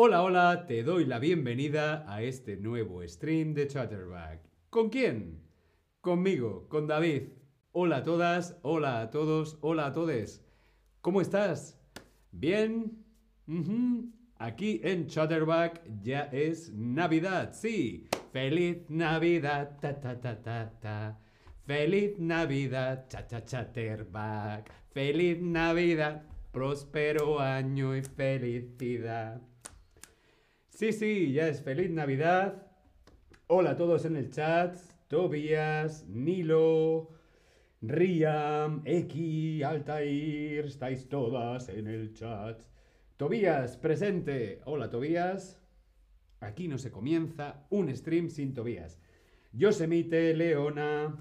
Hola, hola, te doy la bienvenida a este nuevo stream de Chatterback. ¿Con quién? Conmigo, con David. Hola a todas, hola a todos, hola a todes. ¿Cómo estás? ¿Bien? Ujú. Aquí en Chatterback ya es Navidad, sí. Feliz Navidad, ta ta ta ta ta. Feliz Navidad, cha cha Chatterback. Feliz Navidad, próspero año y felicidad. Sí, sí, ya es feliz Navidad. Hola a todos en el chat. Tobias, Nilo, Riam, Eki, Altair, estáis todas en el chat. Tobías, presente. Hola, Tobías. Aquí no se comienza un stream sin Tobías. Yosemite, Leona,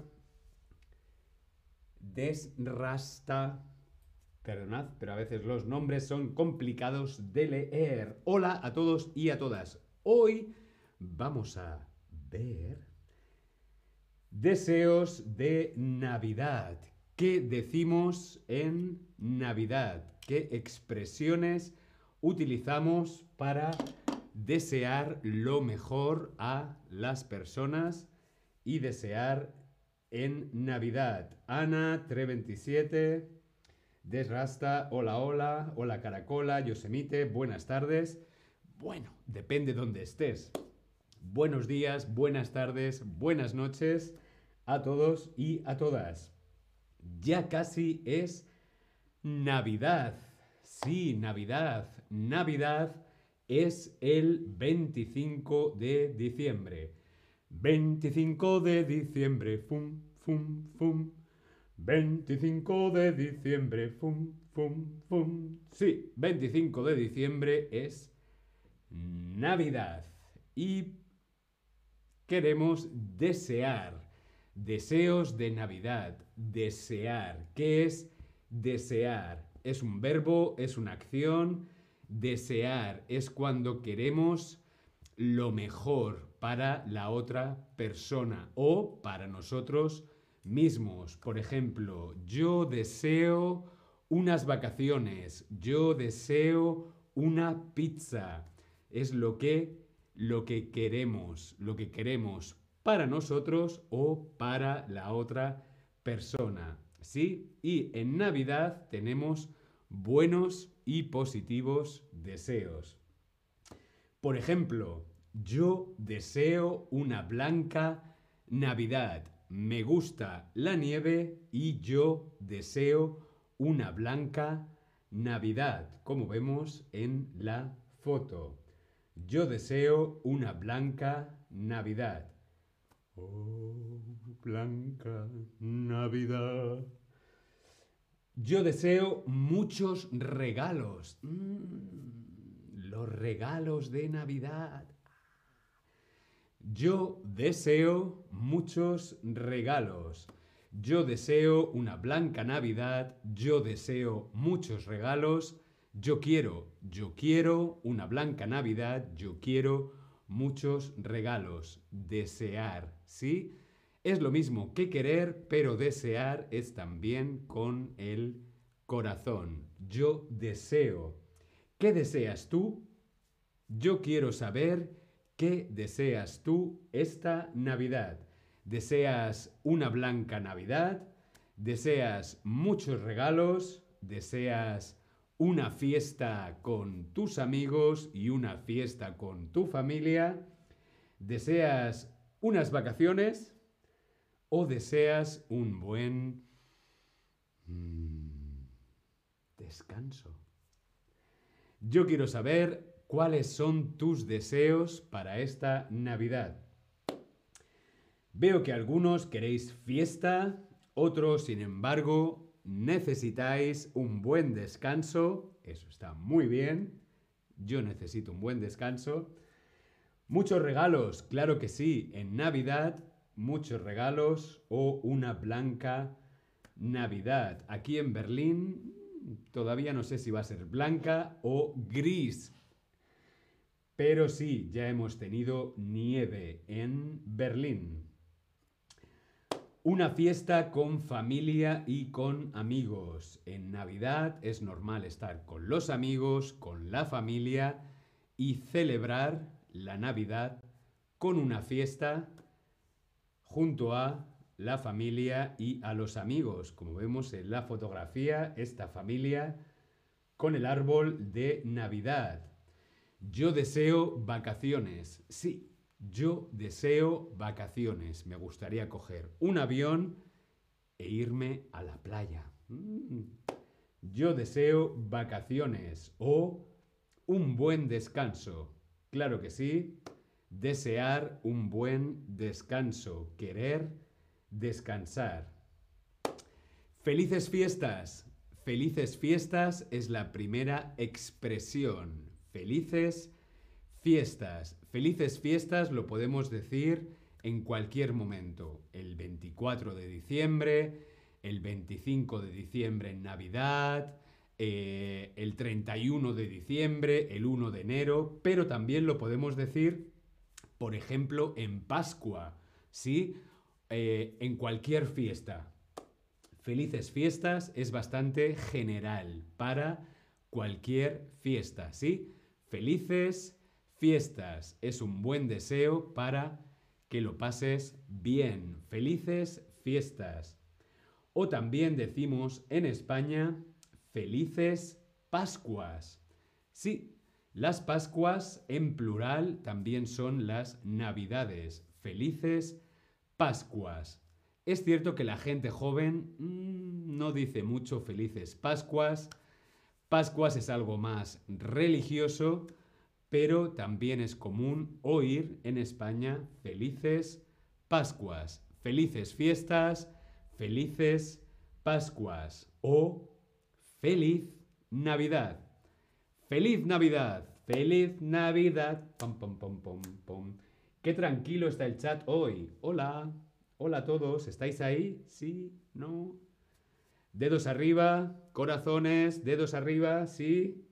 Desrasta. Perdonad, pero a veces los nombres son complicados de leer. Hola a todos y a todas. Hoy vamos a ver deseos de Navidad. ¿Qué decimos en Navidad? ¿Qué expresiones utilizamos para desear lo mejor a las personas y desear en Navidad? Ana 327, Desrasta, hola, hola, hola Caracola, Yosemite, buenas tardes. Bueno, depende dónde estés. Buenos días, buenas tardes, buenas noches a todos y a todas. Ya casi es Navidad. Sí, Navidad. Navidad es el 25 de diciembre. 25 de diciembre, fum, fum, fum. 25 de diciembre, fum, fum, fum. Sí, 25 de diciembre es Navidad. Y queremos desear. Deseos de Navidad. Desear. ¿Qué es desear? Es un verbo, es una acción. Desear es cuando queremos lo mejor para la otra persona o para nosotros mismos. Por ejemplo, yo deseo unas vacaciones. Yo deseo una pizza. Es lo que queremos para nosotros o para la otra persona. ¿Sí? Y en Navidad tenemos buenos y positivos deseos. Por ejemplo, yo deseo una blanca Navidad. Me gusta la nieve y yo deseo una blanca Navidad, como vemos en la foto. Yo deseo una blanca Navidad. Oh, blanca Navidad. Yo deseo muchos regalos. Los regalos de Navidad. Yo deseo muchos regalos. Yo deseo una blanca Navidad. Yo deseo muchos regalos. Yo quiero una blanca Navidad. Yo quiero muchos regalos. Desear, ¿sí? Es lo mismo que querer, pero desear es también con el corazón. Yo deseo. ¿Qué deseas tú? Yo quiero saber qué deseas tú esta Navidad. ¿Deseas una blanca Navidad? ¿Deseas muchos regalos? ¿Deseas una fiesta con tus amigos y una fiesta con tu familia? ¿Deseas unas vacaciones? ¿O deseas un buen mm, descanso? Yo quiero saber cuáles son tus deseos para esta Navidad. Veo que algunos queréis fiesta, otros, sin embargo, necesitáis un buen descanso. Eso está muy bien. Yo necesito un buen descanso. Muchos regalos, claro que sí. En Navidad, muchos regalos o una blanca Navidad. Aquí en Berlín, todavía no sé si va a ser blanca o gris. Pero sí, ya hemos tenido nieve en Berlín. Una fiesta con familia y con amigos. En Navidad es normal estar con los amigos, con la familia y celebrar la Navidad con una fiesta junto a la familia y a los amigos. Como vemos en la fotografía, esta familia con el árbol de Navidad. Yo deseo vacaciones. Sí, yo deseo vacaciones. Me gustaría coger un avión e irme a la playa. Yo deseo vacaciones o un buen descanso. Claro que sí. Desear un buen descanso. Querer descansar. Felices fiestas. Felices fiestas es la primera expresión. Felices fiestas. Felices fiestas lo podemos decir en cualquier momento. El 24 de diciembre, el 25 de diciembre en Navidad, el 31 de diciembre, el 1 de enero, pero también lo podemos decir, por ejemplo, en Pascua, ¿sí? En cualquier fiesta. Felices fiestas es bastante general para cualquier fiesta, ¿sí? Felices fiestas es un buen deseo para que lo pases bien. Felices fiestas. O también decimos en España felices Pascuas. Sí, las Pascuas en plural también son las Navidades. Felices Pascuas. Es cierto que la gente joven no dice mucho felices Pascuas. Pascuas es algo más religioso, pero también es común oír en España felices Pascuas, felices fiestas, felices Pascuas o feliz Navidad. ¡Feliz Navidad! ¡Feliz Navidad! Pom, pom, pom, pom, pom. ¡Qué tranquilo está el chat hoy! ¡Hola! Hola a todos, ¿estáis ahí? ¿Sí? ¿No? Dedos arriba, corazones, dedos arriba, ¿sí?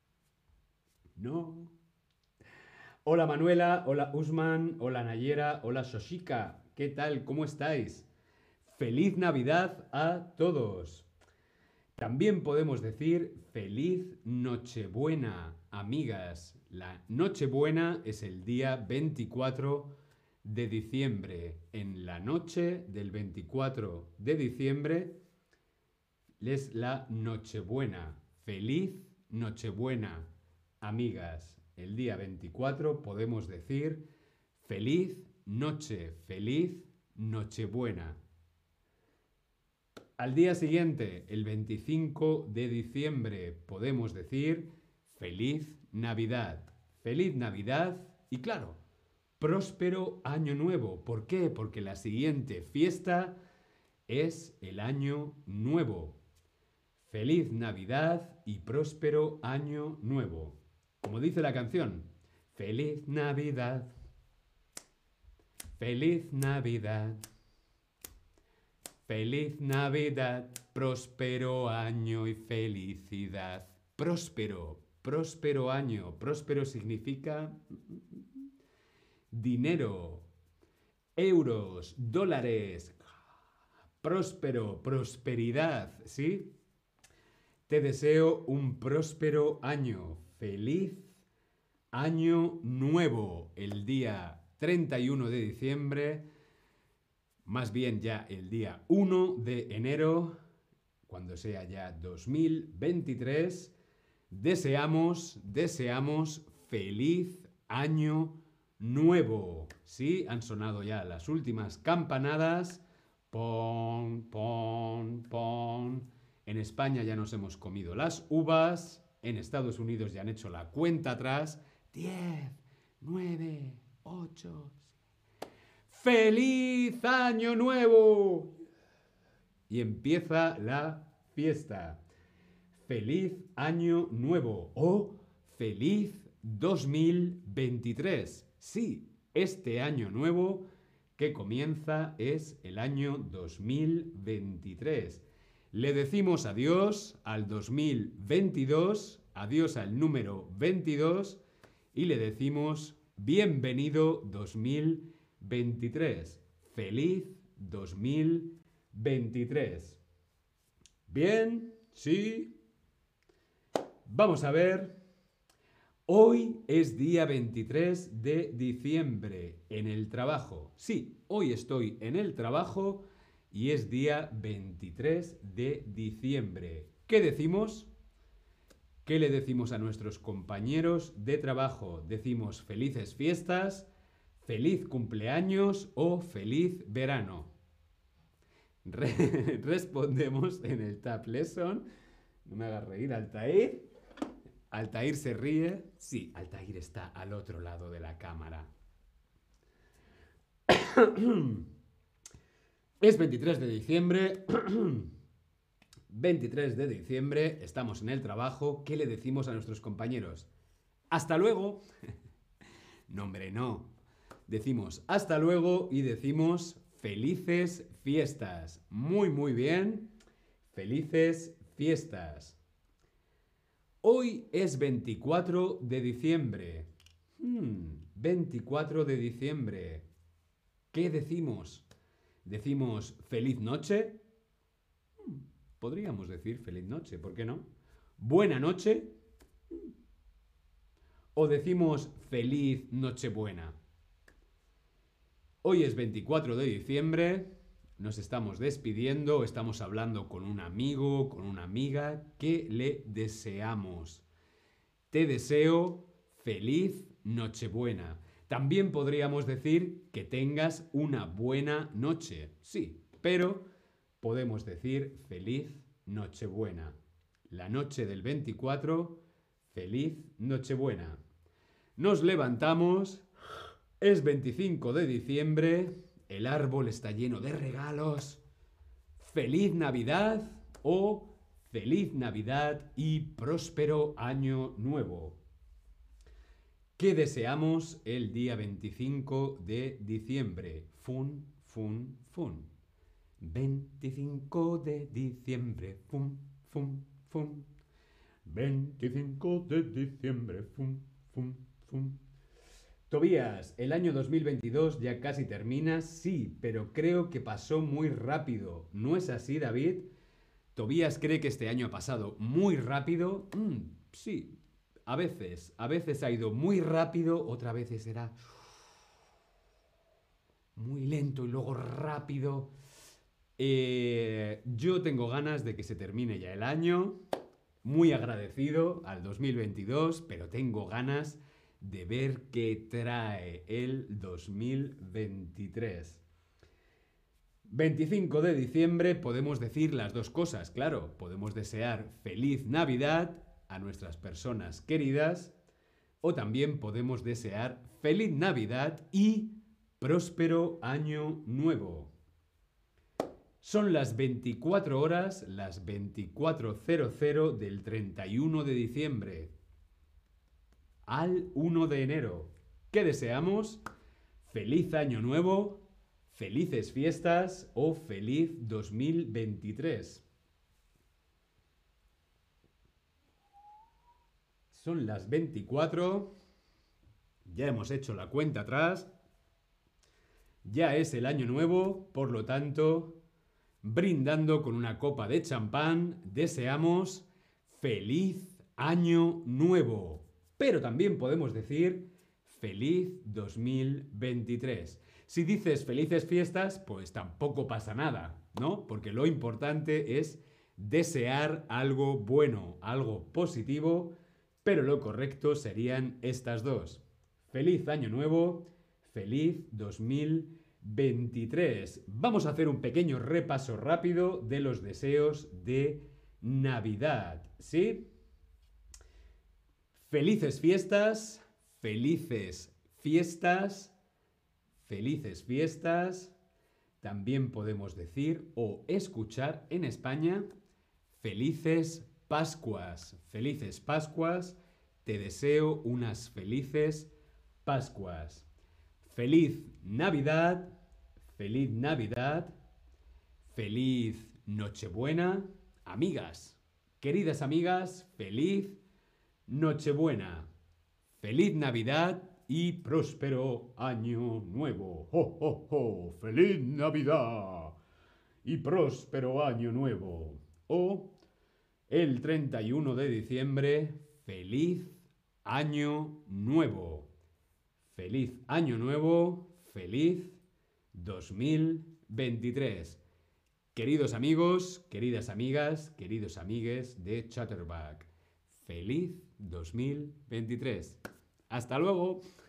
¿No? Hola Manuela, hola Usman, hola Nayera, hola Shoshika, ¿qué tal? ¿Cómo estáis? ¡Feliz Navidad a todos! También podemos decir feliz Nochebuena, amigas. La Nochebuena es el día 24 de diciembre. En la noche del 24 de diciembre es la Nochebuena. Feliz Nochebuena, amigas. El día 24 podemos decir feliz noche, feliz Nochebuena. Al día siguiente, el 25 de diciembre, podemos decir feliz Navidad. Feliz Navidad y claro, próspero año nuevo. ¿Por qué? Porque la siguiente fiesta es el año nuevo. Feliz Navidad y próspero año nuevo. Como dice la canción, feliz Navidad, feliz Navidad, feliz Navidad, próspero año y felicidad. Próspero, próspero año. Próspero significa dinero, euros, dólares. Próspero, prosperidad, ¿sí? Te deseo un próspero año. Feliz año nuevo. El día 31 de diciembre, más bien ya el día 1 de enero, cuando sea ya 2023, deseamos feliz año nuevo. Sí, han sonado ya las últimas campanadas. Pon, pon, pon. En España ya nos hemos comido las uvas. En Estados Unidos ya han hecho la cuenta atrás. 10, 9, 8. ¡Feliz año nuevo! Y empieza la fiesta. ¡Feliz año nuevo! O ¡Feliz 2023! Sí, este año nuevo que comienza es el año 2023. Le decimos adiós al 2022, adiós al número 22 y le decimos bienvenido 2023. Feliz 2023. Bien, sí. Vamos a ver. Hoy es día 23 de diciembre en el trabajo. Sí, hoy estoy en el trabajo y es día 23 de diciembre. ¿Qué decimos? ¿Qué le decimos a nuestros compañeros de trabajo? ¿Decimos felices fiestas, feliz cumpleaños o feliz verano? Respondemos en el Tab Lesson. No me hagas reír, Altair. Altair se ríe. Sí, Altair está al otro lado de la cámara. Es 23 de diciembre. 23 de diciembre, estamos en el trabajo. ¿Qué le decimos a nuestros compañeros? ¡Hasta luego! No, hombre, no. Decimos hasta luego y decimos felices fiestas. Muy, muy bien. Felices fiestas. Hoy es 24 de diciembre. 24 de diciembre. ¿Qué decimos? ¿Decimos feliz noche? Podríamos decir feliz noche, ¿por qué no? ¿Buena noche? ¿O decimos feliz Nochebuena? Hoy es 24 de diciembre, nos estamos despidiendo, estamos hablando con un amigo, con una amiga. ¿Qué le deseamos? Te deseo feliz Nochebuena. También podríamos decir que tengas una buena noche. Sí, pero podemos decir feliz Nochebuena. La noche del 24, feliz Nochebuena. Nos levantamos, es 25 de diciembre, el árbol está lleno de regalos. ¡Feliz Navidad! O ¡Feliz Navidad y próspero año nuevo! ¿Qué deseamos el día 25 de diciembre? Fun, fun, fun. 25 de diciembre, fun, fun, fun. 25 de diciembre, fun, fun, fun. Tobías, el año 2022 ya casi termina, sí, pero creo que pasó muy rápido. ¿No es así, David? Tobías cree que este año ha pasado muy rápido. Sí, a veces ha ido muy rápido, otras veces era muy lento y luego rápido. Yo tengo ganas de que se termine ya el año. Muy agradecido al 2022, pero tengo ganas de ver qué trae el 2023. 25 de diciembre podemos decir las dos cosas, claro. Podemos desear feliz Navidad a nuestras personas queridas o también podemos desear feliz Navidad y próspero año nuevo. Son las 24 horas, las 24:00 del 31 de diciembre al 1 de enero. ¿Qué deseamos? Feliz año nuevo, felices fiestas o feliz 2023. Son las 24. Ya hemos hecho la cuenta atrás. Ya es el año nuevo, por lo tanto, brindando con una copa de champán, deseamos feliz año nuevo. Pero también podemos decir feliz 2023. Si dices felices fiestas, pues tampoco pasa nada, ¿no? Porque lo importante es desear algo bueno, algo positivo, pero lo correcto serían estas dos. Feliz año nuevo, feliz 2023. Vamos a hacer un pequeño repaso rápido de los deseos de Navidad, ¿sí? Felices fiestas, felices fiestas, felices fiestas. También podemos decir o escuchar en España felices Pascuas. Felices Pascuas. Te deseo unas felices Pascuas. Feliz Navidad. Feliz Navidad. Feliz Nochebuena. Amigas, queridas amigas, feliz Nochebuena. Feliz Navidad y próspero año nuevo. ¡Ho, ho, ho! ¡Feliz Navidad! Y próspero año nuevo. O el 31 de diciembre, feliz año nuevo. Feliz año nuevo, feliz 2023. Queridos amigos, queridas amigas, queridos amigues de Chatterback. Feliz 2023. Hasta luego.